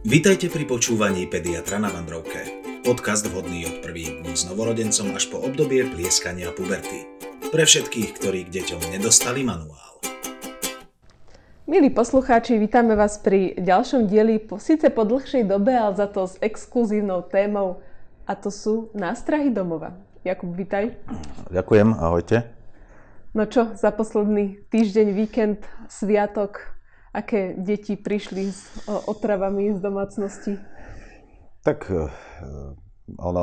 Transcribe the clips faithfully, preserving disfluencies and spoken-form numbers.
Vitajte pri počúvaní Pediatra na Vandrovke. Podcast vhodný od prvých dní s novorodencom až po obdobie plieskania puberty. Pre všetkých, ktorí k deťom nedostali manuál. Milí poslucháči, vítame vás pri ďalšom dieli, po, síce po dlhšej dobe, ale za to s exkluzívnou témou, a to sú nástrahy domova. Jakub, vítaj. Ďakujem, ahojte. No čo, za posledný týždeň, víkend, sviatok, aké deti prišli s otravami z domácnosti? Tak ono,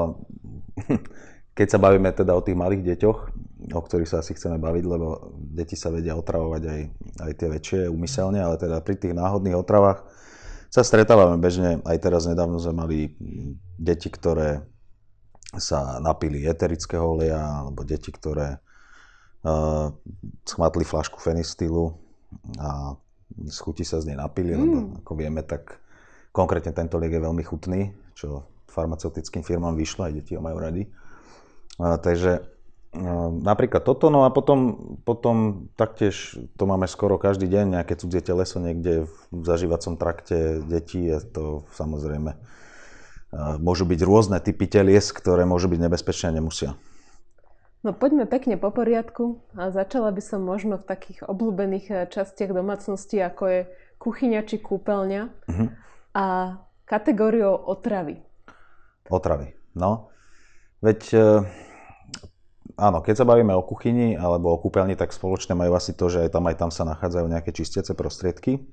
keď sa bavíme teda o tých malých deťoch, o ktorých sa asi chceme baviť, lebo deti sa vedia otravovať aj, aj tie väčšie úmyselne, ale teda pri tých náhodných otravách sa stretávame bežne. Aj teraz nedávno sme mali deti, ktoré sa napili eterického oleja, alebo deti, ktoré uh, schmatli fľašku fenistylu a z chuti sa z nej napili, mm. lebo ako vieme, tak konkrétne tento liek je veľmi chutný, čo farmaceutickým firmám vyšlo, aj deti ho majú radi. A, takže a, napríklad toto, no a potom, potom taktiež to máme skoro každý deň, nejaké cudzie teleso niekde v zažívacom trakte detí, je to samozrejme, a, môžu byť rôzne typy telies, ktoré môžu byť nebezpečné a nemusia. No poďme pekne po poriadku a začala by som možno v takých obľúbených častiach domácnosti, ako je kuchyňa či kúpeľňa uh-huh. a kategóriou otravy. Otravy, no. Veď áno, keď sa bavíme o kuchyni alebo o kúpeľni, tak spoločne majú asi to, že aj tam aj tam sa nachádzajú nejaké čistiace prostriedky,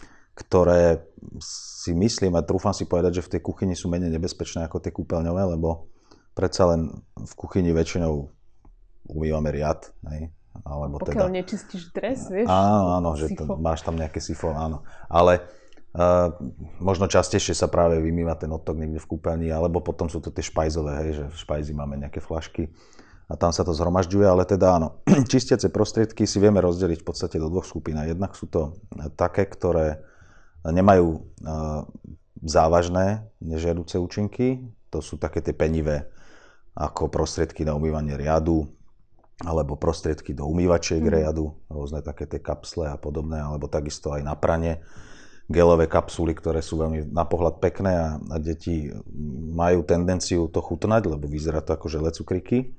ktoré si myslím a trúfam si povedať, že v tej kuchyni sú menej nebezpečné ako tie kúpeľňové, lebo predsa len v kuchyni väčšinou umývame riad, hej, alebo pokiaľ teda... nečistíš dres, vieš? Áno, áno, že to, máš tam nejaké sifo, áno. Ale uh, možno častejšie sa práve vymýva ten odtok niekde v kúpeľni, alebo potom sú to tie špajzové, hej, že v špajzi máme nejaké fľašky a tam sa to zhromažďuje, ale teda áno, čistiace prostriedky si vieme rozdeliť v podstate do dvoch skupín. Jednak sú to také, ktoré nemajú uh, závažné nežiaduce účinky, to sú také tie penivé, ako prostriedky na umývanie riadu, alebo prostriedky do umývačiek mm. riadu, rôzne také tie kapsle a podobné, alebo takisto aj na pranie, gelové kapsuly, ktoré sú veľmi na pohľad pekné a, a deti majú tendenciu to chutnať, lebo vyzerá to ako žele cukriky.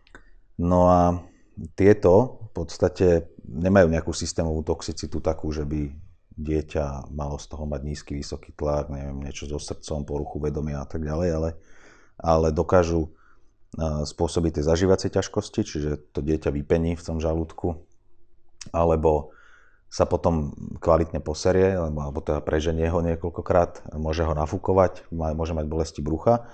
No a tieto v podstate nemajú nejakú systémovú toxicitu takú, že by dieťa malo z toho mať nízky, vysoký tlak, neviem, niečo so srdcom, poruchu vedomia a tak ďalej, ale, ale dokážu spôsobí tie zažívacie ťažkosti, čiže to dieťa vypení v tom žalúdku, alebo sa potom kvalitne poserie, alebo, alebo teda preženie ho niekoľkokrát, môže ho nafúkovať, môže mať bolesti brucha.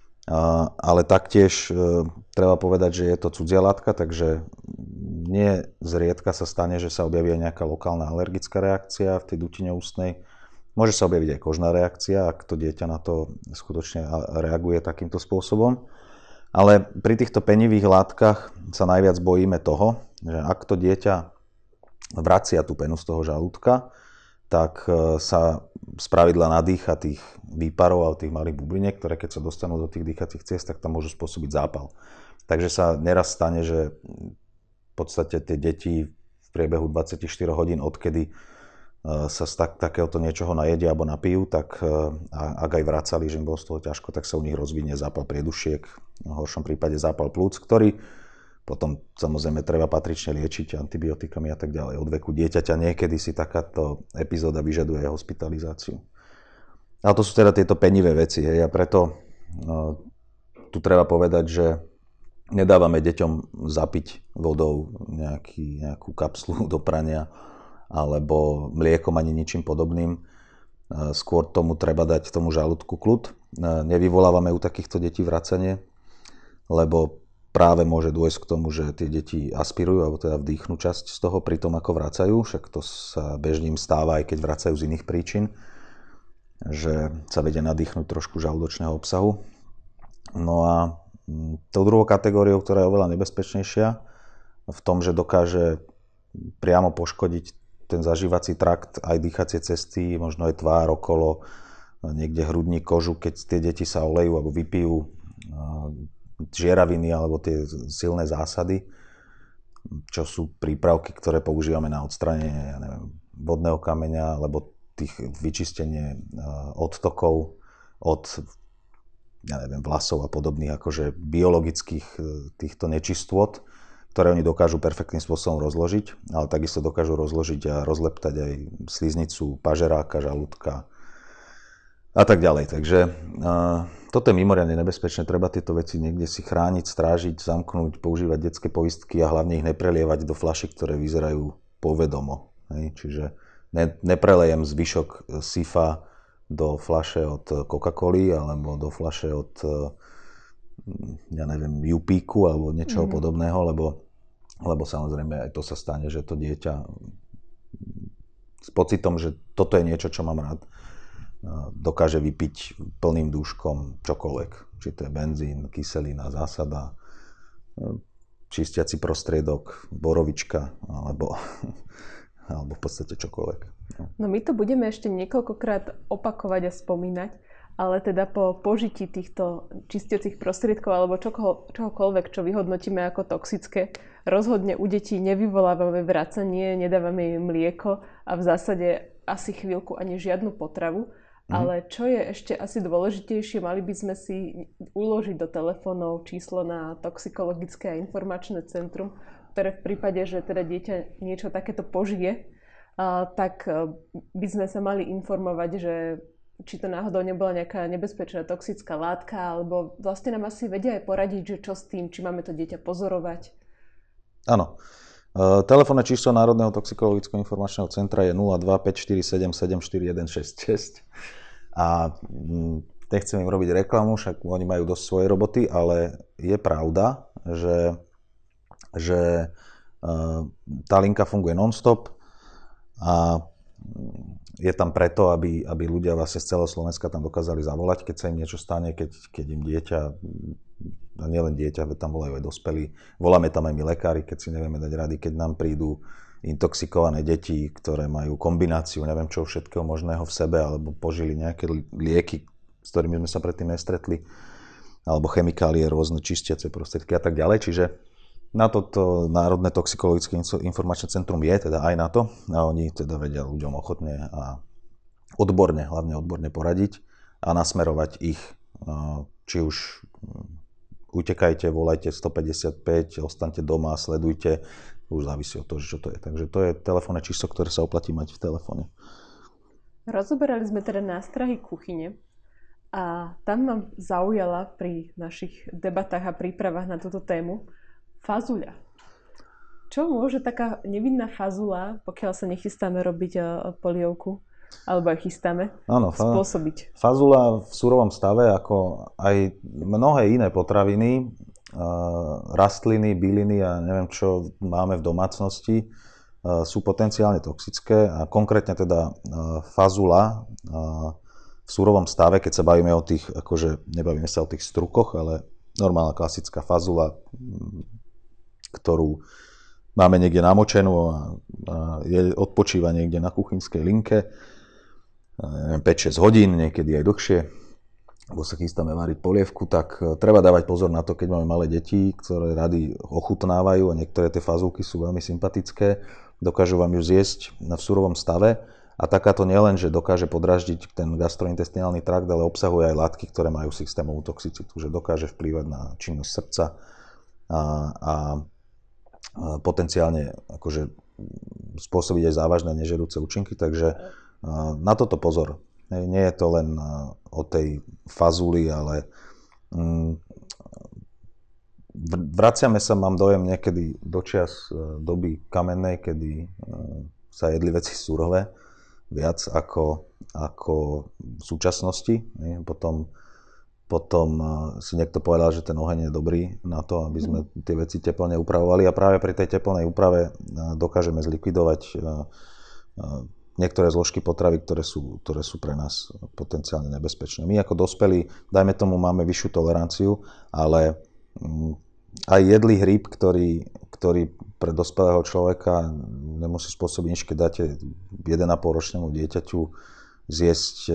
Ale taktiež treba povedať, že je to cudzia látka, takže nie zriedka sa stane, že sa objaví aj nejaká lokálna alergická reakcia v tej dutine ústnej. Môže sa objaviť aj kožná reakcia, ak to dieťa na to skutočne reaguje takýmto spôsobom. Ale pri týchto penivých látkach sa najviac bojíme toho, že ak to dieťa vracia tú penu z toho žalúdka, tak sa spravidla nadýcha tých výparov a tých malých bubliniek, ktoré keď sa dostanú do tých dýchacích ciest, tak tam môžu spôsobiť zápal. Takže sa neraz stane, že v podstate tie deti v priebehu dvadsaťštyri hodín, odkedy sa z tak, takéhoto niečoho najedia alebo napijú, tak ak aj vracali, že im bolo z toho ťažko, tak sa u nich rozvinie zápal priedušiek, v horšom prípade zápal plúc, ktorý potom samozrejme treba patrične liečiť antibiotikami a tak ďalej. Od veku dieťaťa niekedy si takáto epizóda vyžaduje hospitalizáciu. Ale to sú teda tieto penivé veci, hej, a preto no, tu treba povedať, že nedávame deťom zapiť vodou nejaký, nejakú kapslu do prania, alebo mliekom ani ničím podobným. Skôr tomu treba dať tomu žalúdku kľud. Nevyvolávame u takýchto detí vracanie, lebo práve môže dôjsť k tomu, že tie deti aspirujú, alebo teda vdýchnú časť z toho pri tom, ako vracajú. Však to sa bežným stáva, aj keď vracajú z iných príčin, že sa vedia nadýchnúť trošku žalúdočného obsahu. No a tou druhou kategóriou, ktorá je oveľa nebezpečnejšia, v tom, že dokáže priamo poškodiť ten zažívací trakt, aj dýchacie cesty, možno aj tvár okolo, niekde hrudník, kožu, keď tie deti sa olejú alebo vypijú žieraviny alebo tie silné zásady, čo sú prípravky, ktoré používame na odstránenie, ja neviem, vodného kameňa alebo tých vyčistenie odtokov od, ja neviem, vlasov a podobných akože biologických týchto nečistôt, ktoré oni dokážu perfektným spôsobom rozložiť, ale takisto dokážu rozložiť a rozleptať aj sliznicu, pažeráka, žalúdka a tak ďalej. Takže uh, toto je mimoriadne nebezpečné, treba tieto veci niekde si chrániť, strážiť, zamknúť, používať detské poistky a hlavne ich neprelievať do fľašiek, ktoré vyzerajú povedomo. Hej? Čiže ne, neprelejem zvyšok sifa do fľaše od Coca-Coly alebo do fľaše od, ja neviem, Jupíku alebo niečoho mm. podobného, lebo, lebo samozrejme aj to sa stane, že to dieťa s pocitom, že toto je niečo, čo mám rád, dokáže vypiť plným dúškom čokoľvek. Či to je benzín, kyselina, zásada, čistiaci prostriedok, borovička alebo, alebo v podstate čokoľvek. No my to budeme ešte niekoľkokrát opakovať a spomínať, ale teda po požití týchto čistiacich prostriedkov alebo čokoho, čohokoľvek, čo vyhodnotíme ako toxické, rozhodne u detí nevyvolávame vracanie, nedávame im mlieko a v zásade asi chvíľku ani žiadnu potravu. Mm. Ale čo je ešte asi dôležitejšie, mali by sme si uložiť do telefónov číslo na toxikologické a informačné centrum, ktoré v prípade, že teda dieťa niečo takéto požije, a, tak by sme sa mali informovať, že či to náhodou nebola nejaká nebezpečná toxická látka, alebo vlastne nám asi vedia aj poradiť, že čo s tým, či máme to dieťa pozorovať. Áno. Uh, telefónne číslo Národného toxikologického informačného centra je nula dva päť štyri sedem sedem štyri jeden šesť šesť a m, nechcem im robiť reklamu, však oni majú dosť svoje roboty, ale je pravda, že, že uh, tá linka funguje non-stop a je tam preto, aby, aby ľudia vlastne z celého Slovenska tam dokázali zavolať, keď sa im niečo stane, keď, keď im dieťa, a nielen dieťa, tam volajú aj dospelí, voláme tam aj my lekári, keď si nevieme dať rady, keď nám prídu intoxikované deti, ktoré majú kombináciu, neviem čo všetkého možného v sebe, alebo požili nejaké lieky, s ktorými sme sa predtým nestretli, alebo chemikálie, rôzne čistiace prostriedky a tak ďalej. Čiže na toto Národné toxikologické informačné centrum je teda aj na to a oni teda vedia ľuďom ochotne a odborne, hlavne odborne poradiť a nasmerovať ich, či už utekajte, volajte sto päťdesiatpäť, ostaňte doma, sledujte, už závisí od toho, čo to je. Takže to je telefónne číslo, ktoré sa oplatí mať v telefóne. Rozoberali sme teda nástrahy kuchyne a tam ma zaujala pri našich debatách a prípravách na túto tému fazuľa. Čo môže taká nevinná fazula, pokiaľ sa nechystáme robiť polievku, alebo aj chystáme, Áno, fa- spôsobiť? Fazula v surovom stave, ako aj mnohé iné potraviny, uh, rastliny, byliny a neviem čo máme v domácnosti, uh, sú potenciálne toxické a konkrétne teda uh, fazula uh, v surovom stave, keď sa bavíme o tých, akože nebavíme sa o tých strukoch, ale normálna klasická fazula, ktorú máme niekde namočenú a, a je odpočíva niekde na kuchynskej linke päť šesť hodín, niekedy aj dlhšie, lebo sa chystáme variť polievku, tak treba dávať pozor na to, keď máme malé deti, ktoré rady ochutnávajú a niektoré tie fazulky sú veľmi sympatické, dokážu vám ju zjesť v surovom stave a takáto nielen, že dokáže podráždiť ten gastrointestinálny trakt, ale obsahuje aj látky, ktoré majú systémovú toxicitu, že dokáže vplývať na činnosť srdca a, a potenciálne akože spôsobiť aj závažné nežiaduce účinky, takže na toto pozor. Nie je to len o tej fazuli, ale vraciame sa, mám dojem, niekedy do čias doby kamennej, kedy sa jedli veci surové viac ako, ako v súčasnosti. Potom Potom si niekto povedal, že ten oheň je dobrý na to, aby sme tie veci teplne upravovali a práve pri tej teplnej úprave dokážeme zlikvidovať niektoré zložky potravy, ktoré sú, ktoré sú pre nás potenciálne nebezpečné. My ako dospelí, dajme tomu, máme vyššiu toleranciu, ale aj jedlý hríb, ktorý, ktorý pre dospelého človeka nemusí spôsobiť nič, keď dáte jeden a pol ročnému dieťaťu zjesť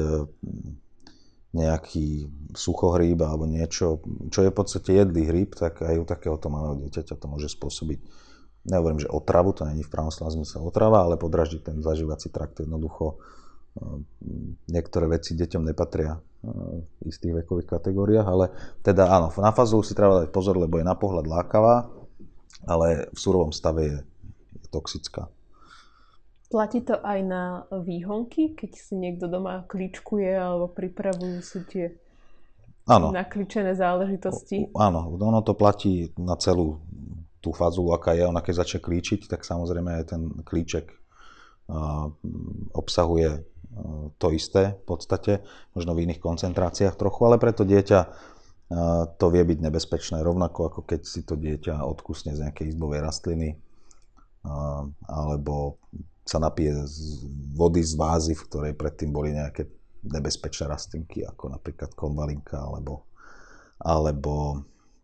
nejaký suchohríb alebo niečo, čo je v podstate jedlý hríb, tak aj u takéhoto malého dieťaťa to môže spôsobiť, nehovorím, že otravu, to není v pravom slova zmysle otrava, ale podráždiť ten zažívací trakt jednoducho niektoré veci deťom nepatria v istých vekových kategóriách, ale teda áno, na fazolu si treba dať pozor, lebo je na pohľad lákavá, ale v surovom stave je, je toxická. Platí to aj na výhonky, keď si niekto doma kličkuje alebo pripravujú si tie áno. nakličené záležitosti? Áno, ono to platí na celú tú fazulu, aká je. Ona keď začne klíčiť, tak samozrejme aj ten klíček uh, obsahuje to isté v podstate, možno v iných koncentráciách trochu, ale pre to dieťa to vie byť nebezpečné, rovnako ako keď si to dieťa odkusne z nejakej izbovej rastliny alebo sa napije z vody z vázy, v ktorej predtým boli nejaké nebezpečné rastlinky, ako napríklad konvalinka alebo, alebo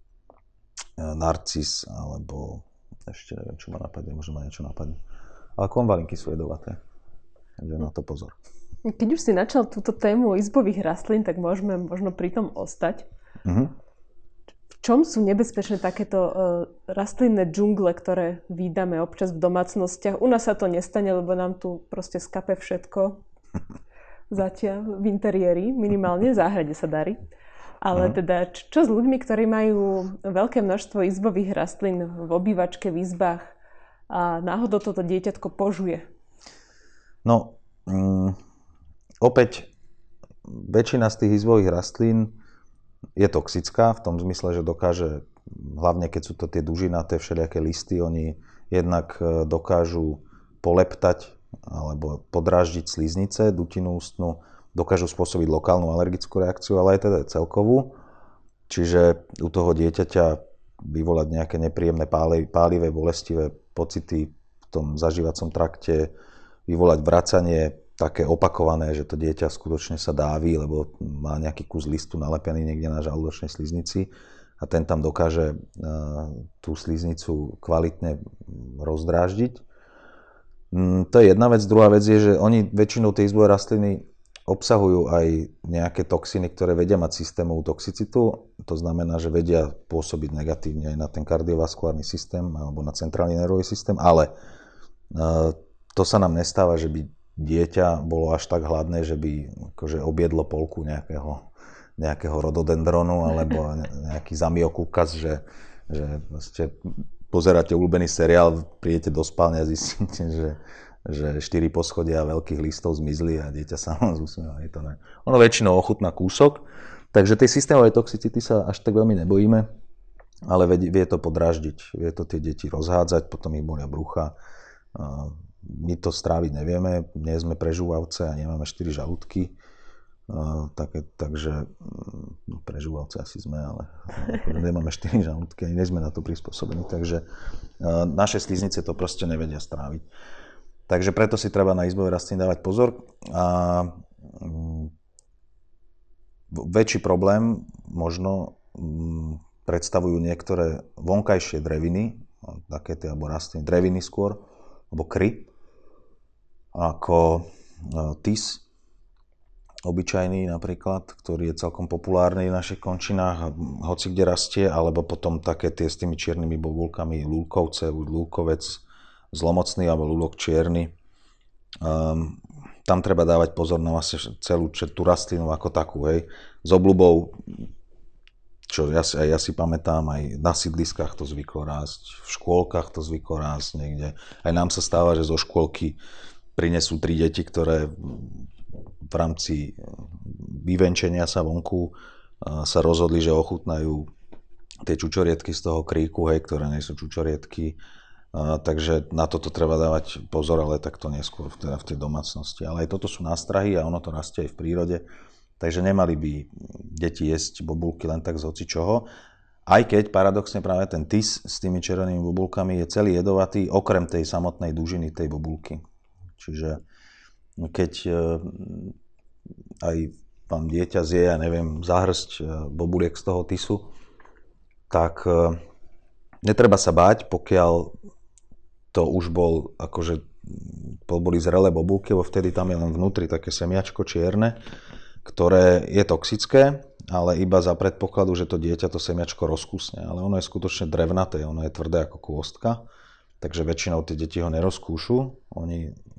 narcis, alebo ešte neviem, čo ma napadne, možno ma niečo napadne. Ale konvalinky sú jedovaté, takže na to pozor. Keď už si načal túto tému izbových rastlín, tak môžeme možno pri tom ostať. Mm-hmm. V čom sú nebezpečné takéto uh, rastlinné džungle, ktoré vídame občas v domácnostiach? U nás sa to nestane, lebo nám tu proste skape všetko. Zatiaľ v interiéri, minimálne v záhrade sa darí. Ale mm-hmm. teda, čo s ľuďmi, ktorí majú veľké množstvo izbových rastlín v obývačke, v izbách a náhodou toto dieťatko požuje? No... Mm... Opäť, väčšina z tých izbových rastlín je toxická v tom zmysle, že dokáže, hlavne keď sú to tie dužinaté všelijaké listy, oni jednak dokážu poleptať alebo podráždiť sliznice, dutinu ústnu, dokážu spôsobiť lokálnu alergickú reakciu, ale aj teda celkovú. Čiže u toho dieťaťa vyvolať nejaké nepríjemné pálivé, bolestivé pocity v tom zažívacom trakte, vyvolať vracanie také opakované, že to dieťa skutočne sa dáví, lebo má nejaký kus listu nalepený niekde na žalúdočnej sliznici a ten tam dokáže tú sliznicu kvalitne rozdráždiť. To je jedna vec. Druhá vec je, že oni väčšinou tie izbové rastliny obsahujú aj nejaké toxiny, ktoré vedia mať systémovú toxicitu. To znamená, že vedia pôsobiť negatívne aj na ten kardiovaskulárny systém alebo na centrálny nervový systém, ale to sa nám nestáva, že by dieťa bolo až tak hladné, že by akože objedlo polku nejakého, nejakého rododendronu alebo nejaký zamiokukas, že, že vlastne pozeráte obľúbený seriál, prídete do spálne a zistíte, že, že štyri poschodia veľkých listov zmizli a dieťa sa vám zúsmieva. To ne. Ono väčšinou ochutná kúsok, takže tej systémovej toxicity sa až tak veľmi nebojíme, ale vie, vie to podráždiť, vie to tie deti rozhádzať, potom ich bolia brucha. My to stráviť nevieme, nie sme prežúvavce a nemáme štyri žalúdky, uh, také, takže no, prežúvavce asi sme, ale uh, nemáme štyri žalúdky a nie sme na to prispôsobení, takže uh, naše sliznice to proste nevedia stráviť. Takže preto si treba na izbové rastliny dávať pozor a um, väčší problém možno um, predstavujú niektoré vonkajšie dreviny, také tie, alebo rastliny, dreviny skôr, alebo kry, ako tis, obyčajný napríklad, ktorý je celkom populárny v našich končinách, hoci kde rastie, alebo potom také tie s tými čiernymi bobulkami, lúkovce, lúkovec zlomocný alebo lúlok čierny. Um, tam treba dávať pozor na vlastne celú tú rastlinu ako takú, hej. S obľubou, čo ja si, aj ja si pamätám, aj na sídliskách to zvyklo rásť, v škôlkach to zvyklo rásť niekde. Aj nám sa stáva, že zo škôlky prinesú tri deti, ktoré v rámci vyvenčenia sa vonku sa rozhodli, že ochutnajú tie čučoriedky z toho kríku, hej, ktoré nie sú čučoriedky. Takže na toto treba dávať pozor, ale takto neskôr teda v tej domácnosti. Ale aj toto sú nástrahy a ono to rastie aj v prírode. Takže nemali by deti jesť bobulky len tak z hocičoho. Aj keď paradoxne práve ten tis s tými červenými bobulkami je celý jedovatý, okrem tej samotnej dužiny tej bobulky. Čiže keď aj vám dieťa zje, ja neviem, zahrsť bobuliek z toho tisu, tak netreba sa báť, pokiaľ to už bol, akože boli zrelé bobulky, lebo vtedy tam je len vnútri také semiačko čierne, ktoré je toxické, ale iba za predpokladu, že to dieťa to semiačko rozkúsne. Ale ono je skutočne drevnaté, ono je tvrdé ako kôstka, takže väčšinou tie deti ho nerozkúšu. Oni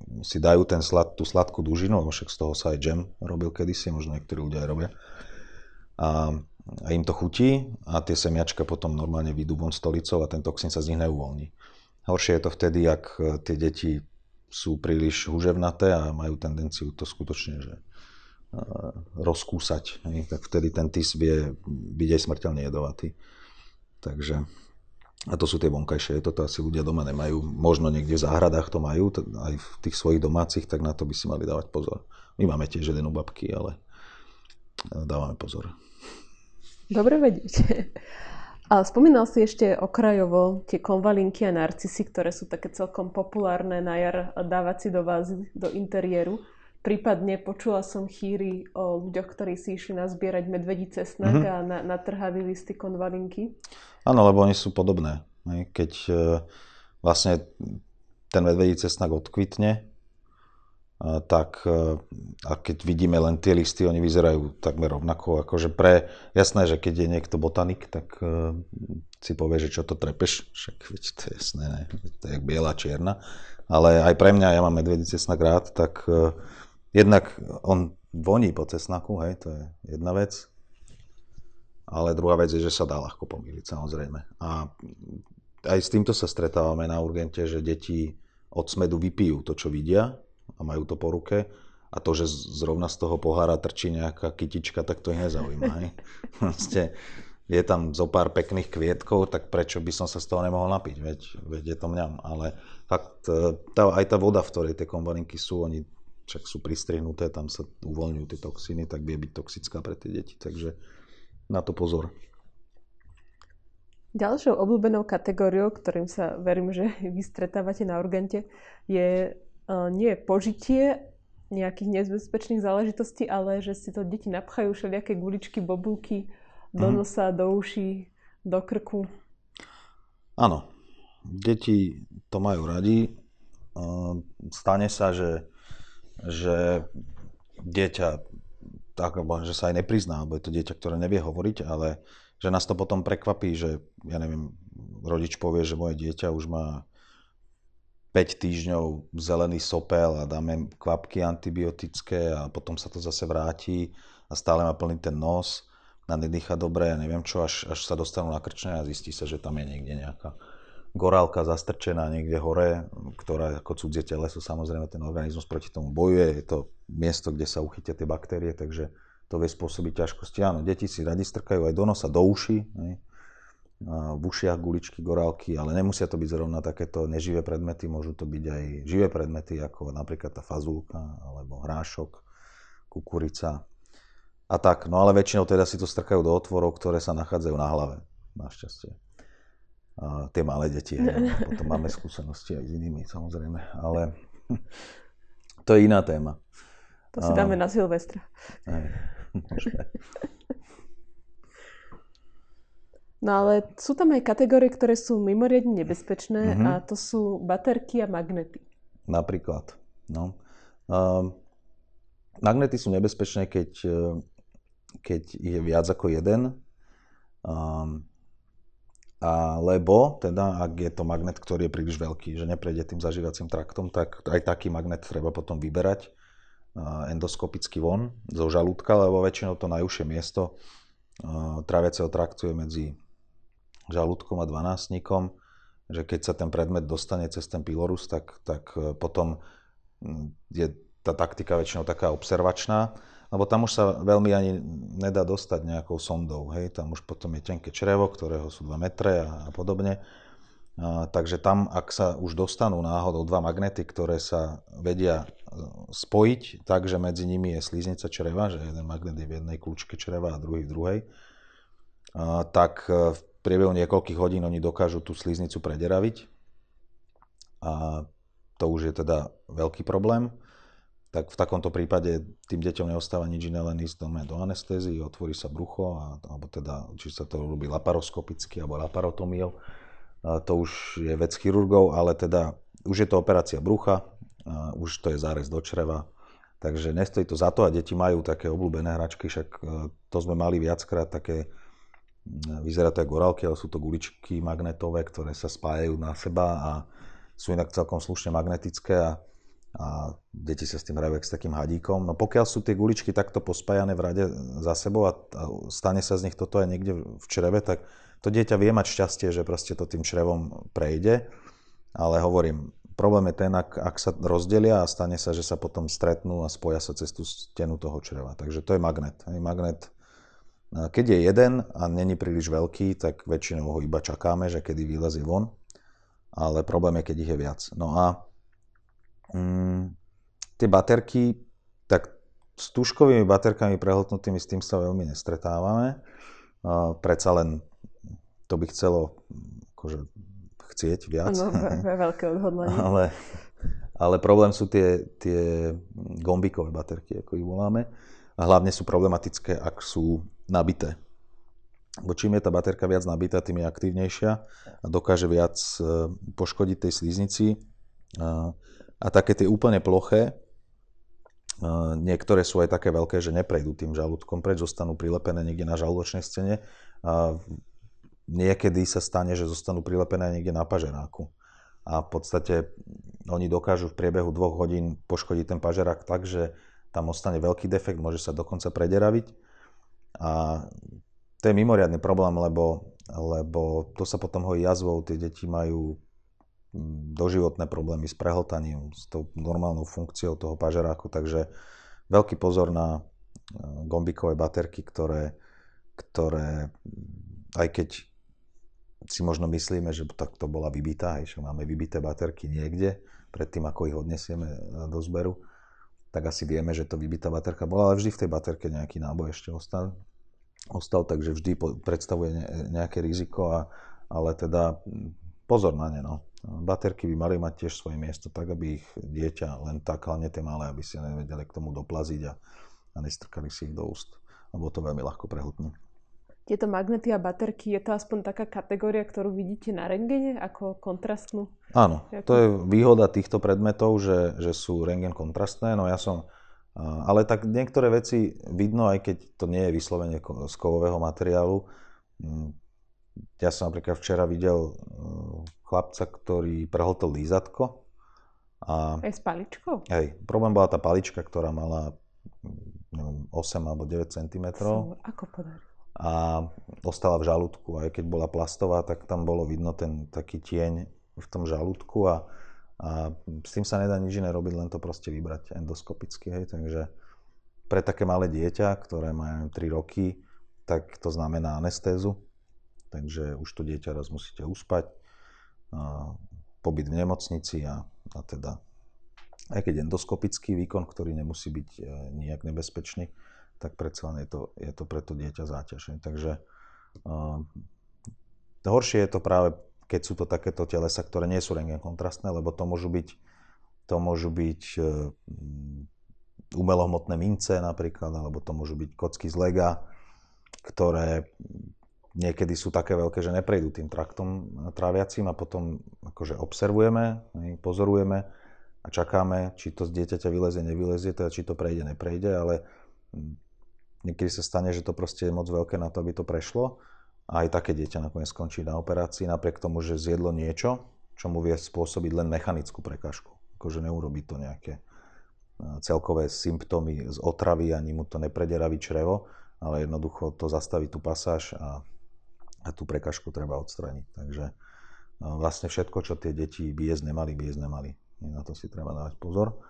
si dajú ten slad, tú sladkú dužinu, lebo však z toho sa aj džem robil kedysi, možno niektorí ľudia aj robia. A, a im to chutí a tie semiačka potom normálne vyjdú von stolicou a ten toxín sa z nich neuvoľní. Horšie je to vtedy, ak tie deti sú príliš huževnaté a majú tendenciu to skutočne že, uh, rozkúsať. Ne? Tak vtedy ten tis vie byť aj smrteľne jedovatý. Takže, a to sú tie vonkajšie, toto asi ľudia doma nemajú. Možno niekde v záhradách to majú, aj v tých svojich domácich, tak na to by si mali dávať pozor. My máme tiež jeden u babky, ale dávame pozor. Dobre vedieť. A spomínal si ešte okrajovo tie konvalinky a narcisy, ktoré sú také celkom populárne na jar dávať si do vázy, do interiéru. Prípadne počula som chýry o ľuďoch, ktorí si išli nazbierať medvedí cesnak mm-hmm. a na, natrhali listy konvalinky. Áno, lebo oni sú podobné. Keď vlastne ten medvedí cesnak odkvitne, tak a keď vidíme len tie listy, oni vyzerajú takmer rovnako. Akože pre, jasné, že keď je niekto botanik, tak si povie, že čo to trepeš, však veď to je jasné, ne? To je jak biela, čierna. Ale aj pre mňa, ja mám medvedí cesnak rád, tak jednak on voní po cesnaku, hej, to je jedna vec. Ale druhá vec je, že sa dá ľahko pomýliť, samozrejme. A aj s týmto sa stretávame na urgente, že deti od smedu vypijú to, čo vidia a majú to po ruke. A to, že zrovna z toho pohára trčí nejaká kytička, tak to ich nezaujíma. Hej. Vlastne je tam zo pár pekných kvietkov, tak prečo by som sa z toho nemohol napiť? Veď, veď je to mňam. Ale fakt, tá, aj tá voda, v ktorej tie konvalinky sú, oni však sú pristrihnuté, tam sa uvoľňujú tie toxíny, tak vie byť toxická pre tie deti. Takže na to pozor. Ďalšou obľúbenou kategóriou, ktorým sa verím, že vy stretávate na urgente, je uh, nie požitie nejakých nebezpečných záležitostí, ale že si to deti napchajú všelijaké guličky, bobulky do nosa, mm. do uší, do krku. Áno, deti to majú radi. Uh, stane sa, že, že dieťa tak, že sa aj neprizná, alebo je to dieťa, ktoré nevie hovoriť, ale že nás to potom prekvapí, že ja neviem, rodič povie, že moje dieťa už má päť týždňov zelený sopel a dáme kvapky antibiotické a potom sa to zase vráti a stále má plný ten nos a nedýcha dobre a neviem čo, až, až sa dostanú na krčne a zistí sa, že tam je niekde nejaká gorálka zastrčená niekde hore, ktorá ako cudzie teleso, samozrejme ten organizmus proti tomu bojuje. Je to miesto, kde sa uchytia tie baktérie, takže to vie spôsobiť ťažkosti. Áno, deti si radi strkajú aj do nosa, do uší, ne? V ušiach guličky, gorálky, ale nemusia to byť zrovna takéto neživé predmety, môžu to byť aj živé predmety, ako napríklad tá fazulka, alebo hrášok, kukurica a tak. No ale väčšinou teda si to strkajú do otvorov, ktoré sa nachádzajú na hlave, našťastie. A tie malé deti, hej, potom máme skúsenosti aj s inými, samozrejme, ale to je iná téma. To si dáme a... na Silvestra. Hej, môžeme. No ale sú tam aj kategórie, ktoré sú mimoriadne nebezpečné mm-hmm. a to sú baterky a magnety. Napríklad, no. Um, magnety sú nebezpečné, keď, keď je viac ako jeden. Um, Alebo teda, ak je to magnet, ktorý je príliš veľký, že neprejde tým zažívacím traktom, tak aj taký magnet treba potom vyberať endoskopicky von zo žalúdka, lebo väčšinou to najúžšie miesto tráviaceho traktu je medzi žalúdkom a dvanástnikom, že keď sa ten predmet dostane cez ten pylorus, tak, tak potom je tá taktika väčšinou taká observačná, lebo tam už sa veľmi ani nedá dostať nejakou sondou, hej, tam už potom je tenké črevo, ktorého sú dva metre a, a podobne. A, takže tam, ak sa už dostanú náhodou dva magnety, ktoré sa vedia spojiť, takže medzi nimi je sliznica čreva, že jeden magnet je v jednej kľúčke čreva a druhý v druhej, a, tak v priebehu niekoľkých hodín oni dokážu tú sliznicu prederaviť. A to už je teda veľký problém. Tak v takomto prípade tým deťom neostáva nič iné, len ísť do anestézie, otvorí sa brucho, a, alebo teda, či sa to robí laparoskopicky alebo laparotomiou. A to už je vec chirurgov, ale teda už je to operácia brucha, a už to je zárez do čreva, takže nestojí to za to a deti majú také obľúbené hračky, však to sme mali viackrát také, vyzerá to ako gorálky, ale sú to guličky magnetové, ktoré sa spájajú na seba a sú inak celkom slušne magnetické a a deti sa s tým hrajú s takým hadíkom. No pokiaľ sú tie guličky takto pospájané v rade za sebou a, a stane sa z nich toto aj niekde v čreve, tak to dieťa vie mať šťastie, že proste to tým črevom prejde. Ale hovorím, problém je ten, ak, ak sa rozdelia a stane sa, že sa potom stretnú a spoja sa cez tú stenu toho čreva. Takže to je magnet. Magnet, keď je jeden a není príliš veľký, tak väčšinou ho iba čakáme, že kedy vylezie von. Ale problém je, keď ich je viac. No a Mm, tie baterky, tak s tužkovými baterkami prehltnutými s tým sa veľmi nestretávame. Uh, predsa len to by chcelo akože, chcieť viac. Áno, veľké odhodlanie. ale, ale problém sú tie, tie gombíkové baterky, ako ich voláme. A hlavne sú problematické, ak sú nabité. Bo čím je tá baterka viac nabitá, tým je aktívnejšia a dokáže viac poškodiť tej sliznici. Uh, A také tie úplne ploché, niektoré sú aj také veľké, že neprejdú tým žalúdkom preč, zostanú prilepené niekde na žalúdočnej stene. A niekedy sa stane, že zostanú prilepené niekde na pažeráku. A v podstate oni dokážu v priebehu dvoch hodín poškodiť ten pažerák tak, že tam ostane veľký defekt, môže sa dokonca prederaviť. A to je mimoriadny problém, lebo, lebo to sa potom hojí jazvou, tie deti majú doživotné problémy s prehltaním, s tou normálnou funkciou toho pažeráku, takže veľký pozor na gombíkové baterky, ktoré, ktoré aj keď si možno myslíme, že tak to bola vybitá, že máme vybité baterky niekde, predtým ako ich odnesieme do zberu, tak asi vieme, že to vybitá baterka bola, ale vždy v tej baterke nejaký náboj ešte ostal, ostal takže vždy predstavuje nejaké riziko, a, ale teda pozor na ne, no. Baterky by mali mať tiež svoje miesto, tak aby ich dieťa len tak, hlavne tie malé, aby si nevedeli k tomu doplaziť a, a nestrkali si ich do úst, lebo to veľmi ľahko prehltne. Tieto magnety a baterky, je to aspoň taká kategória, ktorú vidíte na rentgene ako kontrastnú? Áno, to je výhoda týchto predmetov, že, že sú rentgen kontrastné, no ja som, ale tak niektoré veci vidno, aj keď to nie je vyslovene z kovového materiálu. Ja som napríklad včera videl chlapca, ktorý prehltol lízatko. A aj s paličkou? Hej, problém bola tá palička, ktorá mala neviem, osem alebo deväť centimetrov. Ako podarilo? A ostala v žalúdku. Aj keď bola plastová, tak tam bolo vidno ten taký tieň v tom žalúdku a, a s tým sa nedá nič iné robiť, len to proste vybrať endoskopicky. Hej. Takže pre také malé dieťa, ktoré má tri roky, tak to znamená anestézu. Takže už to dieťa raz musíte uspať, a pobyt v nemocnici a, a teda aj keď endoskopický výkon, ktorý nemusí byť e, nijak nebezpečný, tak predsa len je to, je to pre to dieťa záťaž. Takže uh, horšie je to práve, keď sú to takéto telesa, ktoré nie sú rentgen kontrastné, lebo to môžu byť, to môžu byť uh, umelohmotné mince napríklad, alebo to môžu byť kocky z lega, ktoré niekedy sú také veľké, že neprejdú tým traktom tráviacím a potom akože observujeme, pozorujeme a čakáme, či to z dieťaťa vylezie, nevylezie, teda či to prejde, neprejde, ale niekedy sa stane, že to proste je moc veľké na to, aby to prešlo a aj také dieťa nakoniec skončí na operácii, napriek tomu, že zjedlo niečo, čo mu vie spôsobiť len mechanickú prekážku. Akože neurobí to nejaké celkové symptómy z otravy, ani mu to neprederaví črevo, ale jednoducho to zastaví tú pasáž a, a tú prekážku treba odstrániť. Takže vlastne všetko, čo tie deti by jesť nemali, by jesť nemali. Na to si treba dávať pozor.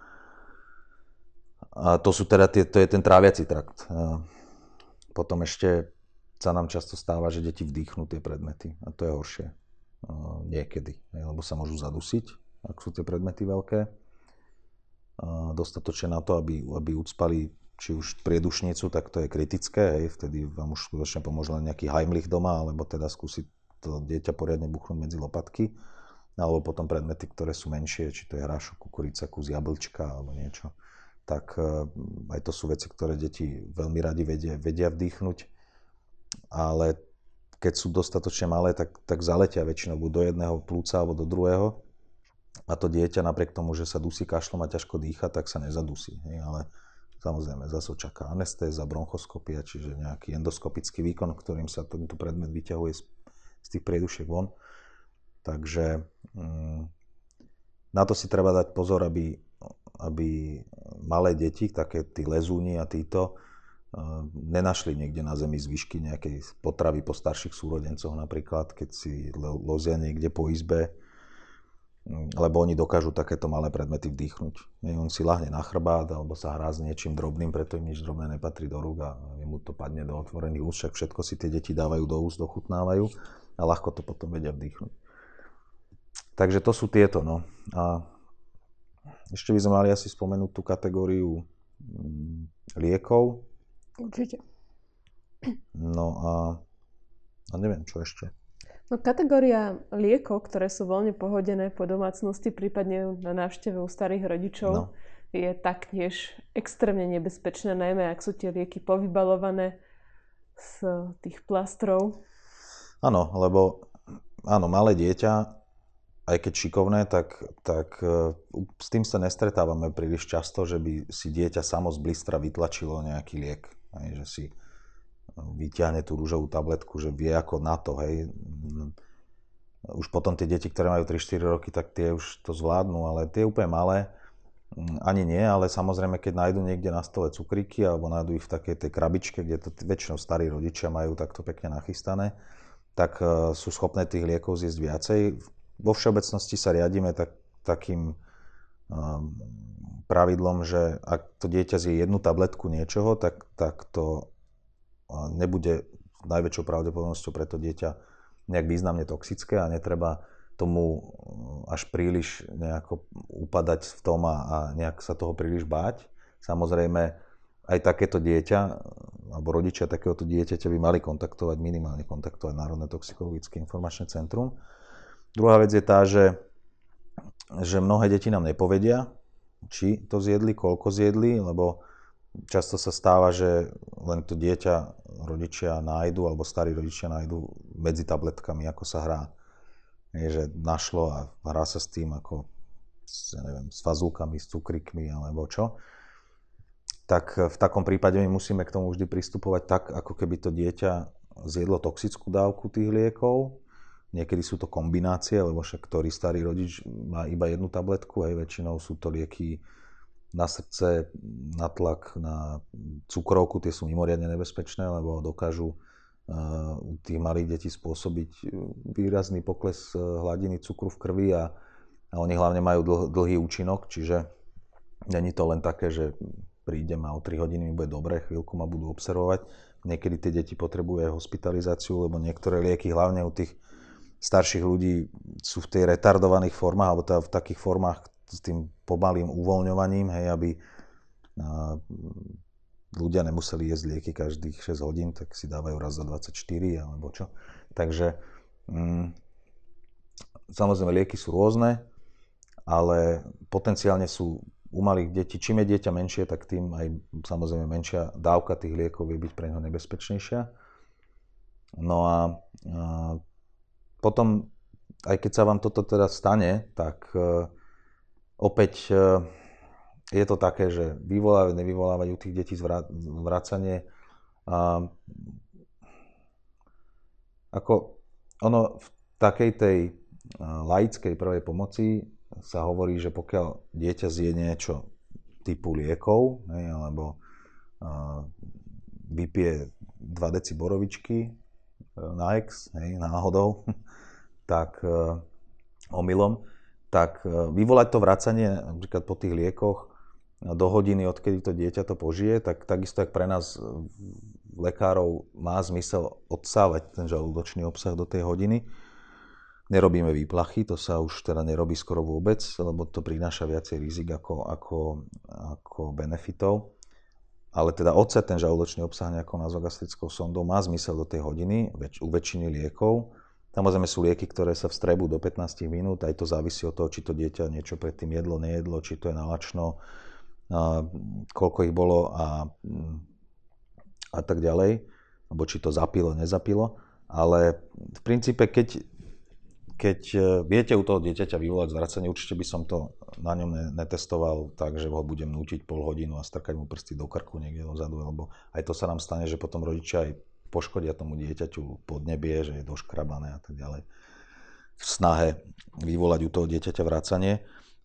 A to sú teda tie, to je ten tráviaci trakt. Potom ešte sa nám často stáva, že deti vdýchnú tie predmety a to je horšie. Niekedy, lebo sa môžu zadusiť, ak sú tie predmety veľké. Dostatočne na to, aby, aby ucpali či už priedušnicu, tak to je kritické, hej, vtedy vám už skutočne pomôže len nejaký Heimlich doma, alebo teda skúsiť to dieťa poriadne buchnúť medzi lopatky, alebo potom predmety, ktoré sú menšie, či to je hrášok, kukurica, kus jablčka alebo niečo. Tak aj to sú veci, ktoré deti veľmi radi vedia, vedia vdýchnuť, ale keď sú dostatočne malé, tak, tak zaletia väčšinou buď do jedného plúca alebo do druhého a to dieťa napriek tomu, že sa dusí kašlom a ťažko dýcha, tak sa nezadusí. Hej? Ale samozrejme zase čaká anestéza, bronchoskopia, čiže nejaký endoskopický výkon, ktorým sa tento predmet vyťahuje z, z tých priedušiek von. Takže mm, na to si treba dať pozor, aby aby malé deti, také tí lezúni a títo, nenašli niekde na zemi zvyšky nejakej potravy po starších súrodencoch napríklad, keď si lozia niekde po izbe, lebo oni dokážu takéto malé predmety vdýchnuť. On si ľahne na chrbát alebo sa hrá s niečím drobným, preto im nič drobné nepatrí do rúk a mu to padne do otvorených úst, však všetko si tie deti dávajú do úst, dochutnávajú a ľahko to potom vedia vdýchnuť. Takže to sú tieto. No. A ešte by sme mali asi spomenúť tú kategóriu liekov. Určite. No a, a neviem, čo ešte. No kategória liekov, ktoré sú voľne pohodené po domácnosti, prípadne na návšteve u starých rodičov, no. je taktiež extrémne nebezpečné, najmä ak sú tie lieky povybalované z tých plastrov. Áno, lebo áno, malé dieťa, aj keď šikovné, tak, tak s tým sa nestretávame príliš často, že by si dieťa samo z blistra vytlačilo nejaký liek. Hej, že si vyťahne tú rúžovú tabletku, že vie ako na to, hej. Už potom tie deti, ktoré majú tri štyri roky, tak tie už to zvládnu, ale tie úplne malé ani nie, ale samozrejme, keď nájdu niekde na stole cukríky alebo nájdu ich v takej tej krabičke, kde to väčšinou starí rodičia majú takto pekne nachystané, tak uh, sú schopné tých liekov zjesť viacej. Vo všeobecnosti sa riadíme tak, takým um, pravidlom, že ak to dieťa zje jednu tabletku niečoho, tak, tak to nebude najväčšou pravdepodobnosťou pre to dieťa nejak významne toxické a netreba tomu až príliš nejako upadať v tom a, a nejak sa toho príliš báť. Samozrejme, aj takéto dieťa, alebo rodičia takéhoto dieťaťa by mali kontaktovať, minimálne kontaktovať Národné toxikologické informačné centrum. Druhá vec je tá, že, že mnohé deti nám nepovedia, či to zjedli, koľko zjedli, lebo často sa stáva, že len to dieťa rodičia nájdu, alebo starí rodičia nájdu medzi tabletkami, ako sa hrá. Je, že našlo a hrá sa s tým, ako ja neviem, s fazulkami, s cukrikmi, alebo čo. Tak v takom prípade my musíme k tomu vždy pristupovať tak, ako keby to dieťa zjedlo toxickú dávku tých liekov. Niekedy sú to kombinácie, lebo však ktorý starý rodič má iba jednu tabletku, aj väčšinou sú to lieky na srdce, na tlak, na cukrovku, tie sú mimoriadne nebezpečné, lebo dokážu uh, u tých malých detí spôsobiť výrazný pokles hladiny cukru v krvi a, a oni hlavne majú dl- dlhý účinok, čiže není to len také, že prídem a o tri hodiny mi bude dobre, chvíľku ma budú observovať. Niekedy tie deti potrebujú aj hospitalizáciu, lebo niektoré lieky, hlavne u tých starších ľudí, sú v tej retardovaných formách, alebo teda v takých formách s tým pomalým uvoľňovaním, hej, aby a, ľudia nemuseli jesť lieky každých šesť hodín, tak si dávajú raz za dvadsaťštyri alebo čo. Takže mm, samozrejme lieky sú rôzne, ale potenciálne sú u malých detí, čím je dieťa menšie, tak tým aj samozrejme menšia dávka tých liekov vie byť pre neho nebezpečnejšia. No a, a potom, aj keď sa vám toto teda stane, tak uh, opäť uh, je to také, že vyvolávajú, nevyvolávajú tých detí zvracanie. Uh, ako ono v takej tej uh, laickej prvej pomoci sa hovorí, že pokiaľ dieťa zje niečo typu liekov, hej, alebo uh, vypije dva deci borovičky uh, na ex, hej, náhodou, tak uh, omylom, tak uh, vyvolať to vracanie napríklad po tých liekoch do hodiny, odkedy to dieťa to požije, tak takisto jak pre nás lekárov má zmysel odsávať ten žalúdočný obsah do tej hodiny. Nerobíme výplachy, to sa už teda nerobí skoro vôbec, lebo to prináša viacej rizik ako, ako, ako benefitov. Ale teda odsať ten žalúdočný obsah nejakou nazogastrickou sondou má zmysel do tej hodiny väč- u väčšiny liekov. Samozrejme sú lieky, ktoré sa vstrebú do pätnásť minút, aj to závisí od toho, či to dieťa niečo predtým jedlo, nejedlo, či to je nalačno, a koľko ich bolo a, a tak ďalej, alebo či to zapilo, nezapilo. Ale v princípe, keď, keď viete u toho dieťaťa vyvolať zvracanie, určite by som to na ňom netestoval tak, že ho budem nútiť pol hodinu a strkať mu prsty do krku niekde dozadu, lebo aj to sa nám stane, že potom rodičia aj poškodia tomu dieťaťu podnebie, že je doškrabané a tak ďalej. V snahe vyvolať u toho dieťaťa vracanie.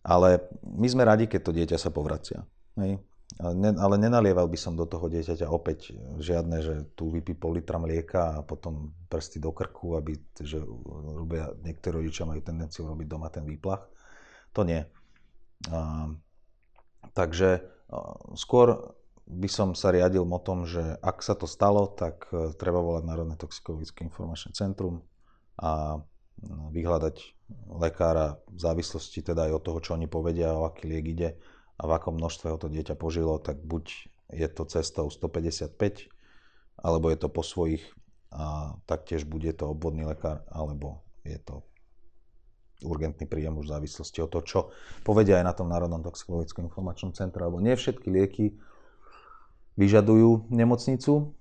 Ale my sme radi, keď to dieťa sa povracia. Hej. Ale, ne, ale nenalieval by som do toho dieťaťa opäť žiadne, že tu vypí pol litra mlieka a potom prsty do krku, aby, že robia, niektorí rodičia majú tendenciu robiť doma ten výplach. To nie. A, takže a, skôr by som sa riadil motom, že ak sa to stalo, tak treba volať Národné toxikologické informačné centrum a vyhľadať lekára v závislosti teda aj od toho, čo oni povedia, o aký liek ide a v akom množstve ho to dieťa požilo, tak buď je to cestou stopäťdesiatpäť, alebo je to po svojich a taktiež bude to obvodný lekár, alebo je to urgentný príjem už v závislosti od toho, čo povedia aj na tom Národnom toxikologickom informačnom centre, alebo nie všetky lieky vyžadujú nemocnicu.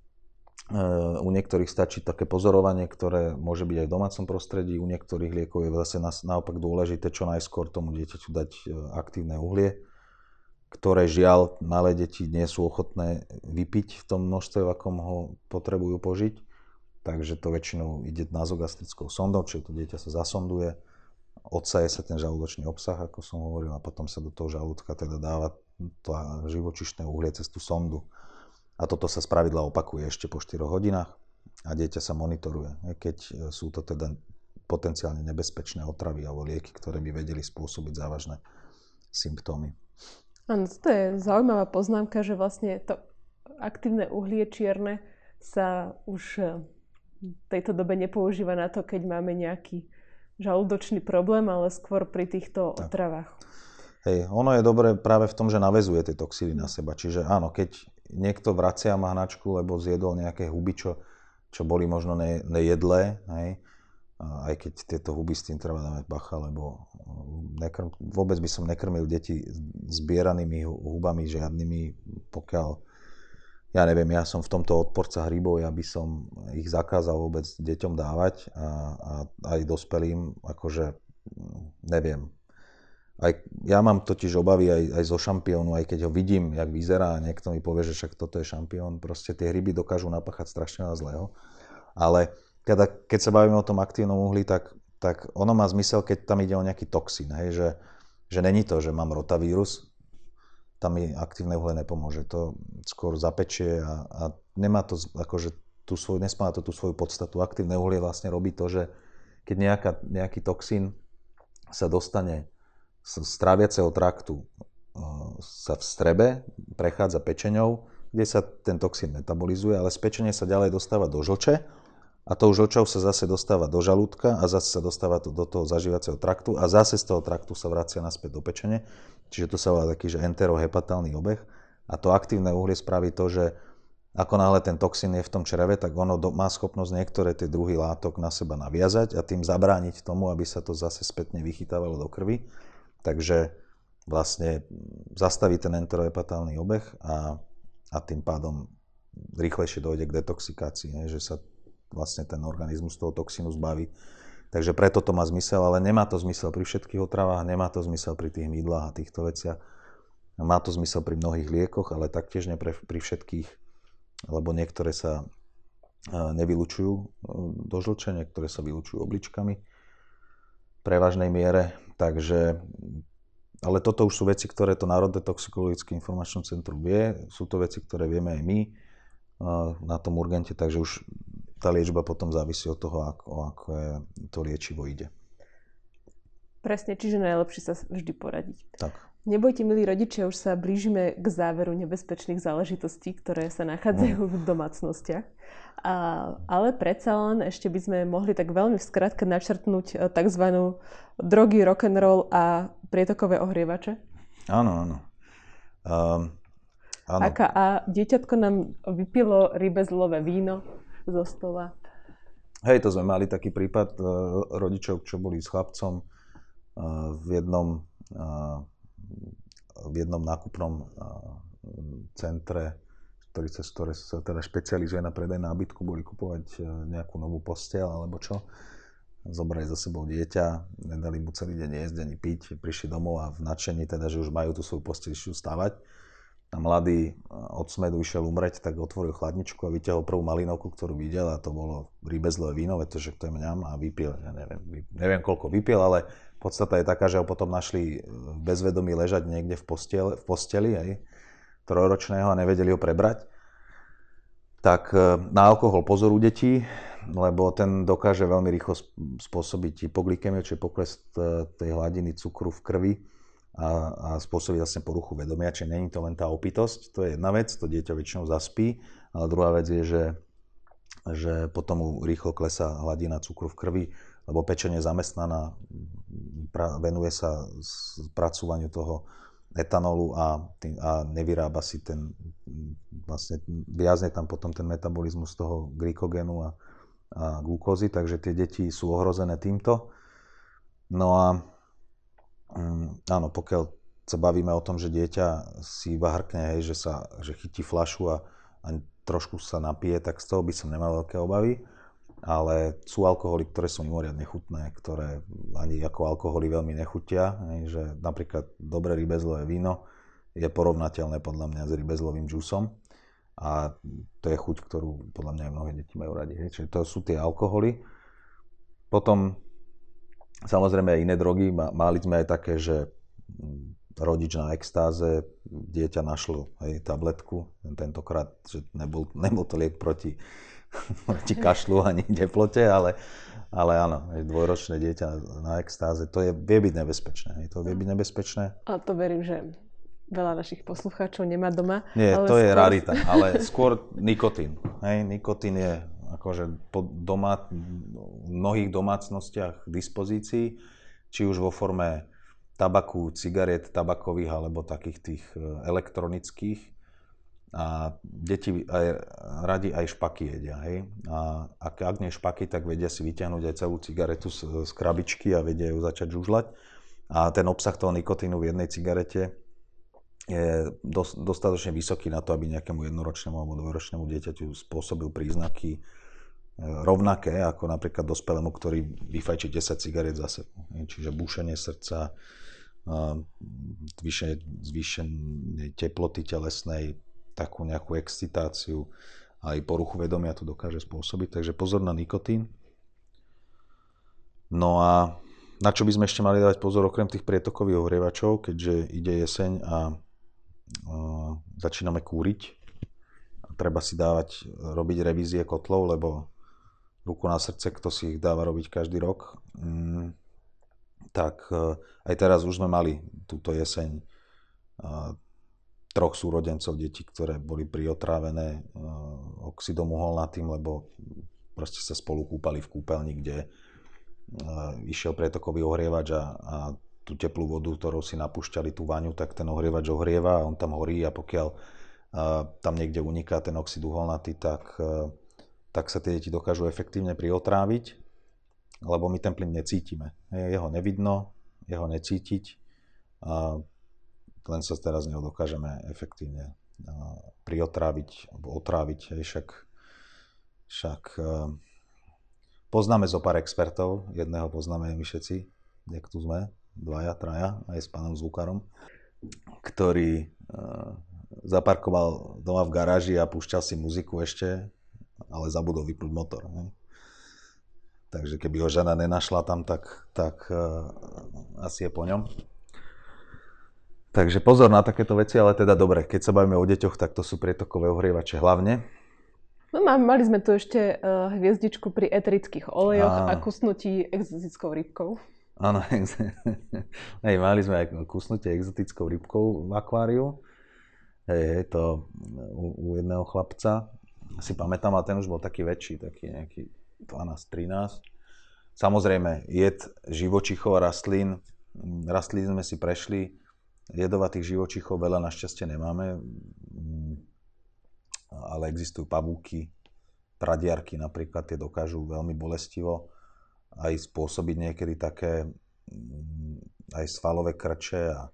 U niektorých stačí také pozorovanie, ktoré môže byť aj v domácom prostredí. U niektorých liekov je zase naopak dôležité čo najskôr tomu dieťaťu dať aktívne uhlie, ktoré žiaľ malé deti nie sú ochotné vypiť v tom množstve, v akom ho potrebujú požiť. Takže to väčšinou ide nazogastrickou sondou, čiže to dieťa sa zasonduje, odsaje sa ten žalúdočný obsah, ako som hovoril, a potom sa do toho žalúdka teda dáva to živočíšne uhlie cez tú sondu. A toto sa spravidla opakuje ešte po štyroch hodinách a dieťa sa monitoruje, keď sú to teda potenciálne nebezpečné otravy alebo lieky, ktoré by vedeli spôsobiť závažné symptómy. Áno, to je zaujímavá poznámka, že vlastne to aktívne uhlie čierne sa už v tejto dobe nepoužíva na to, keď máme nejaký žalúdočný problém, ale skôr pri týchto tak. otravách. Hej, ono je dobré práve v tom, že naväzuje tie toxíny na seba. Čiže áno, keď niekto vracia má hnačku, lebo zjedol nejaké huby, čo, čo boli možno ne, nejedlé, hej, aj keď tieto huby s tým treba dávať bacha, lebo nekrm, vôbec by som nekrmil deti zbieranými hubami žiadnymi, pokiaľ, ja neviem, ja som v tomto odporca hrybov, ja by som ich zakázal vôbec deťom dávať a, a aj dospelým, akože neviem. Aj, ja mám totiž obavy aj, aj zo šampiónu, aj keď ho vidím, jak vyzerá a niekto mi povie, že však toto je šampión. Proste tie ryby dokážu napáchať strašne veľa zlého. Ale keď, keď sa bavíme o tom aktívnom uhli, tak, tak ono má zmysel, keď tam ide o nejaký toxín. Hej? Že, že není to, že mám rotavírus, tam mi aktívne uhle nepomôže. To skôr zapečie a, a nemá to akože tú svoju, nesmá to tú svoju podstatu. Aktívne uhlie vlastne robí to, že keď nejaká, nejaký toxín sa dostane z tráviaceho traktu sa v strebe, prechádza pečeňou, kde sa ten toxín metabolizuje, ale z pečene sa ďalej dostáva do žlče a tou žlčou sa zase dostáva do žalúdka a zase sa dostáva to do toho zažívacieho traktu a zase z toho traktu sa vracia naspäť do pečene. Čiže to sa volá taký, že enterohepatálny obeh. A to aktívne uhlie spraví to, že ako náhle ten toxín je v tom čreve, tak ono do, má schopnosť niektoré tie druhy látok na seba naviazať a tým zabrániť tomu, aby sa to zase spätne vychytávalo do krvi. Takže vlastne zastaví ten enterohepatálny obeh a, a tým pádom rýchlejšie dojde k detoxikácii, ne? Že sa vlastne ten organizmus toho toxínu zbaví. Takže preto to má zmysel, ale nemá to zmysel pri všetkých otravách, nemá to zmysel pri tých mydlách a týchto veciach. Má to zmysel pri mnohých liekoch, ale taktiež nie pre, pri všetkých, lebo niektoré sa nevylučujú do žlče, niektoré sa vylučujú obličkami v prevažnej miere. Takže, ale toto už sú veci, ktoré to Národné toxikologické informačné centrum vie. Sú to veci, ktoré vieme aj my na tom urgente, takže už tá liečba potom závisí od toho, ako, ako je to liečivo ide. Presne, čiže najlepšie sa vždy poradiť. Tak. Nebojte, milí rodičia, už sa blížime k záveru nebezpečných záležitostí, ktoré sa nachádzajú mm. v domácnostiach. A, ale predsa len ešte by sme mohli tak veľmi v skratke načrtnúť tzv. Drogy, rock'n'roll a prietokové ohrievače. Áno, áno. Um, áno. Aká a dieťatko nám vypilo rybezlové víno zo stola. Hej, to sme mali taký prípad uh, rodičov, čo boli s chlapcom uh, v jednom uh, v jednom nákupnom centre, ktorý cez ktoré sa teda špecializuje na predaj nábytku, boli kupovať nejakú novú posteľ alebo čo. Zobrali za sebou dieťa, nedali mu celý deň jesť ani piť, prišli domov a v nadšení teda, že už majú tú svoju posteľ, išli stavať. a mladý od smedu išiel umreť, tak otvoril chladničku a vyťahol prvú malinovku, ktorú videl a to bolo rybezlové víno, pretože to je mňam a vypil, ja neviem, neviem koľko vypil, ale podstata je taká, že ho potom našli v bezvedomí ležať niekde v posteli, v posteli aj trojročného a nevedeli ho prebrať. Tak na alkohol pozor u detí, lebo ten dokáže veľmi rýchlo spôsobiť hypoglykemiu, čiže pokles tej hladiny cukru v krvi a, a spôsobí vlastne poruchu vedomia, čiže nie je to len tá opitosť, to je jedna vec, to dieťa väčšinou zaspí, ale druhá vec je, že, že potom mu rýchlo klesá hladina cukru v krvi, lebo pečenie je zamestnaná, pra, venuje sa spracúvaniu toho etanolu a, tým, a nevyrába si ten, vlastne viazne tam potom ten metabolizmus toho glykogénu a, a glukózy, takže tie deti sú ohrozené týmto. No a áno, pokiaľ sa bavíme o tom, že dieťa si vahrkne, hej, že, sa, že chytí fľašu a, a trošku sa napije, tak z toho by som nemal veľké obavy. Ale sú alkoholy, ktoré sú mimoriadne chutné, ktoré ani ako alkoholy veľmi nechutia. Hej, že napríklad dobré rybezlové víno je porovnateľné podľa mňa s rybezlovým džusom. A to je chuť, ktorú podľa mňa aj mnohé deti majú radi. Hej. Čiže to sú tie alkoholy. Potom samozrejme aj iné drogy. Mali sme aj také, že rodič na extáze, dieťa našlo aj tabletku. Tentokrát, že nebol, nebol to liek proti, proti kašlu ani teplote, ale, ale áno, dvojročné dieťa na extáze, to je, vie byť nebezpečné. To vie byť nebezpečné. A to verím, že veľa našich poslucháčov nemá doma. Nie, ale to skôr... je rarita, ale skôr nikotín. Hej, nikotín je akože po doma, v mnohých domácnostiach k dispozícii, či už vo forme tabaku, cigariet tabakových alebo takých tých elektronických. A deti aj, radi aj špaky jedia. Hej? A ak, ak nie špaky, tak vedia si vyťahnuť aj celú cigaretu z, z krabičky a vedia ju začať žužľať. A ten obsah toho nikotínu v jednej cigarete je dos, dostatočne vysoký na to, aby nejakému jednoročnému alebo dvojročnému dieťaťu spôsobil príznaky rovnaké ako napríklad dospelému, ktorý vyfajčí desať cigariet za sebou. Čiže búšenie srdca, zvýšenie, zvýšenie teploty telesnej, takú nejakú excitáciu, aj poruchu vedomia to dokáže spôsobiť. Takže pozor na nikotín. No a na čo by sme ešte mali dávať pozor okrem tých prietokových ohrievačov, keďže ide jeseň a, a začíname kúriť. A treba si dávať, robiť revízie kotlov, lebo ruku na srdce, kto si ich dáva robiť každý rok, mm, tak aj teraz už sme mali túto jeseň a, troch súrodencov detí, ktoré boli priotrávené uh, oxidom uholnatým, lebo proste sa spolu kúpali v kúpeľni, kde uh, išiel prietokový ohrievač a, a tú teplú vodu, ktorou si napúšťali tú vaňu, tak ten ohrievač ohrieva a on tam horí a pokiaľ uh, tam niekde uniká ten oxid uholnatý, tak, uh, tak sa tie deti dokážu efektívne priotráviť, lebo my ten plyn necítime. Jeho nevidno, jeho necítiť. Uh, len sa teraz neho dokážeme efektívne uh, priotráviť alebo otráviť. Však, však uh, poznáme zo pár expertov, jedného poznáme my všetci, jak tu sme, dvaja, traja, aj s pánom zvukárom, ktorý uh, zaparkoval doma v garáži a púšťal si muziku ešte, ale zabudol vypnúť motor. Ne? Takže keby ho žena nenašla tam, tak, tak uh, asi je po ňom. Takže pozor na takéto veci, ale teda dobre, keď sa bavíme o deťoch, tak to sú prietokové ohrievače hlavne. No, mali sme tu ešte uh, hviezdičku pri eterických olejoch a, a kusnutí exotickou rybkou. Áno, hej, mali sme aj kusnutie exotickou rybkou v akváriu. Hej, hej, to u, u jedného chlapca. Si pamätám, a ten už bol taký väčší, taký nejaký dvanásť trinásť. Samozrejme, jed živočíchov a rastlín. Rastlín sme si prešli. Jedovatých živočíchov veľa našťastie nemáme, ale existujú pavúky, pradiarky napríklad, tie dokážu veľmi bolestivo aj spôsobiť niekedy také aj svalové krče a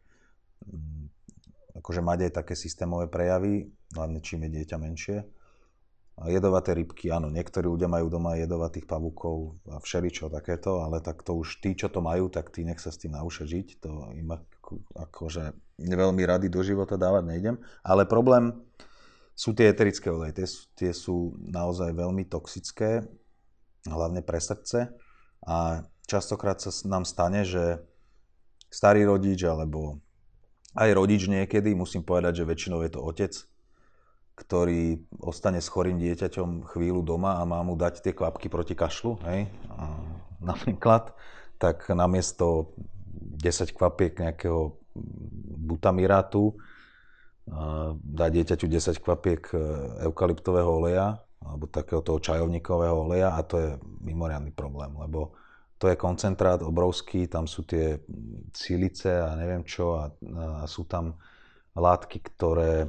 akože mať aj také systémové prejavy, hlavne čím je dieťa menšie. jedovaté rybky, áno, niektorí ľudia majú doma jedovatých pavúkov a všeličo takéto, ale tak to už tí, čo to majú, tak tí nech sa s tým naučia žiť. To im akože veľmi rady do života dávať nejdem. Ale problém sú tie eterické oleje. Tie, tie sú naozaj veľmi toxické, hlavne pre srdce. A častokrát sa nám stane, že starý rodič alebo aj rodič niekedy, musím povedať, že väčšinou je to otec, ktorý ostane s chorým dieťaťom chvíľu doma a má mu dať tie kvapky proti kašlu, hej, a napríklad, tak namiesto desať kvapiek nejakého butamirátu dá dieťaťu desať kvapiek eukalyptového oleja alebo takého toho čajovníkového oleja a to je mimoriadny problém, lebo to je koncentrát obrovský, tam sú tie silice a neviem čo a, a sú tam látky, ktoré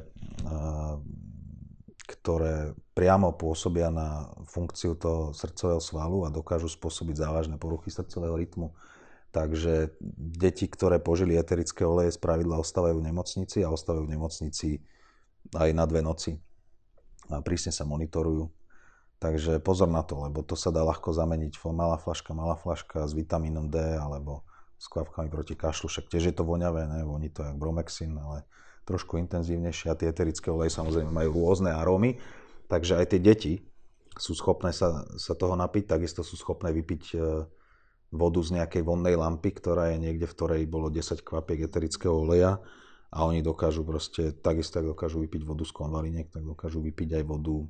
ktoré priamo pôsobia na funkciu toho srdcového svalu a dokážu spôsobiť závažné poruchy srdcového rytmu. Takže deti, ktoré požili eterické oleje, spravidla ostávajú v nemocnici a ostávajú v nemocnici aj na dve noci. A prísne sa monitorujú. Takže pozor na to, lebo to sa dá ľahko zameniť. Malá fľaška, malá fľaška s vitamínom D alebo s kvapkami proti kašlu. Však tiež je to voňavé, ne? Voní to jak Bromexin, ale trošku intenzívnejšie a tie eterické oleje samozrejme majú rôzne arómy, takže aj tie deti sú schopné sa, sa toho napiť, takisto sú schopné vypiť vodu z nejakej vonnej lampy, ktorá je niekde, v ktorej bolo desať kvapiek eterického oleja a oni dokážu proste, takisto ak dokážu vypiť vodu z konvaliniek, tak dokážu vypiť aj vodu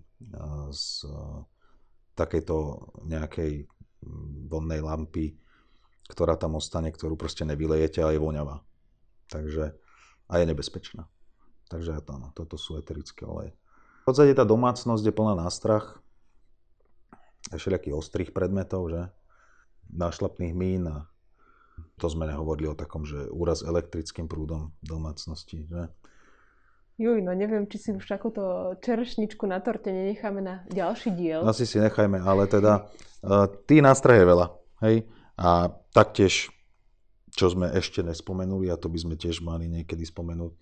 z takejto nejakej vonnej lampy, ktorá tam ostane, ktorú proste nevylejete a je voňavá. Takže a je nebezpečná. Takže áno, toto sú eterické oleje. V podstate tá domácnosť je plná nástrah, všelijakých ostrých predmetov, že? Nášlapných mín a to sme nehovorili o takom, že úraz elektrickým prúdom v domácnosti, že? Juj, no neviem, či si už takúto čerešničku na torte nenecháme na ďalší diel. Asi si nechajme, ale teda uh, tých nástrah je veľa, hej? A taktiež čo sme ešte nespomenuli, a to by sme tiež mali niekedy spomenúť,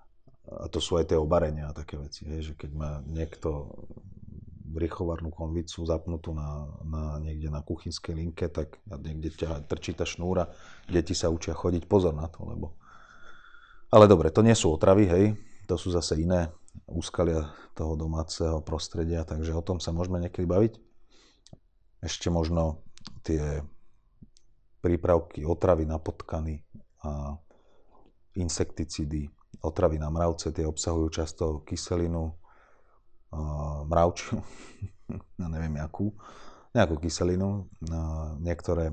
a to sú aj tie obarenia a také veci, hej, že keď má niekto rýchlovarnú konvicu zapnutú na, na niekde na kuchynskej linke, tak niekde ťa trčí tá šnúra, deti sa učia chodiť, pozor na to, lebo... Ale dobre, to nie sú otravy, hej, to sú zase iné úskalia toho domáceho prostredia, takže o tom sa môžeme niekedy baviť. Ešte možno tie prípravky, otravy na potkany a insekticídy, otravy na mravce, tie obsahujú často kyselinu, mravčiu, ja neviem jakú, nejakú kyselinu. Niektoré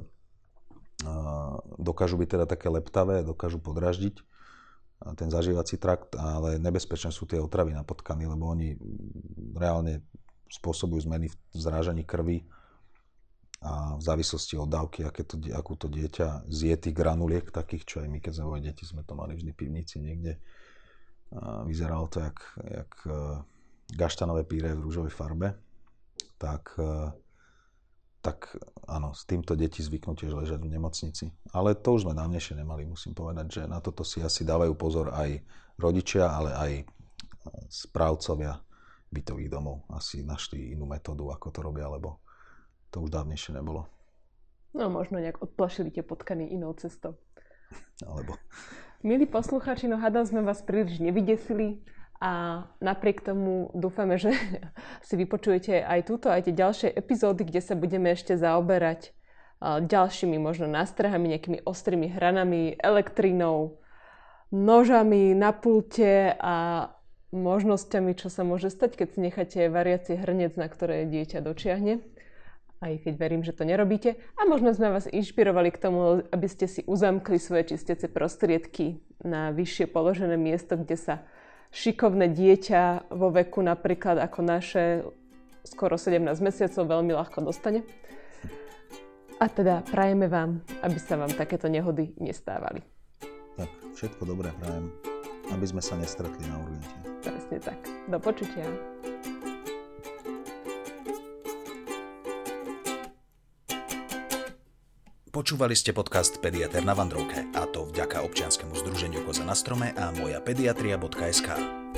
dokážu byť teda také leptavé, dokážu podráždiť ten zažívací trakt, ale nebezpečné sú tie otravy na potkany, lebo oni reálne spôsobujú zmeny v zrážaní krvi a v závislosti od dávky, aké to, akú to dieťa zje tých granuliek takých, čo aj my, keď sme boli deti, sme to mali vždy v pivnici niekde. A vyzeralo to jak, jak gaštanové pyré v rúžovej farbe. Tak, tak áno, s týmto deti zvyknú tiež ležať v nemocnici. Ale to už sme dávnejšie nemali, musím povedať, že na toto si asi dávajú pozor aj rodičia, ale aj správcovia bytových domov. Asi našli inú metódu, ako to robia, lebo to už dávnejšie nebolo. No možno nejak odplašili tie potkany inou cestou. Alebo... Milí poslucháči, no hádam sme vás príliš nevydesili a napriek tomu dúfame, že si vypočujete aj túto, aj tie ďalšie epizódy, kde sa budeme ešte zaoberať ďalšími možno nástrahami, nejakými ostrými hranami, elektrínou, nožami na pulte a možnosťami, čo sa môže stať, keď si necháte variaci hrniec, na ktoré dieťa dočiahne. Aj keď verím, že to nerobíte. A možno sme vás inšpirovali k tomu, aby ste si uzamkli svoje čistiace prostriedky na vyššie položené miesto, kde sa šikovné dieťa vo veku napríklad ako naše skoro sedemnásť mesiacov veľmi ľahko dostane. A teda prajeme vám, aby sa vám takéto nehody nestávali. Tak, všetko dobré prajem, aby sme sa nestretli na urgente. Presne tak. Do počutia. Počúvali ste podcast Pediatér na vandrovke, a to vďaka občianskemu združeniu Koza na strome a moja pediatria bodka es ká.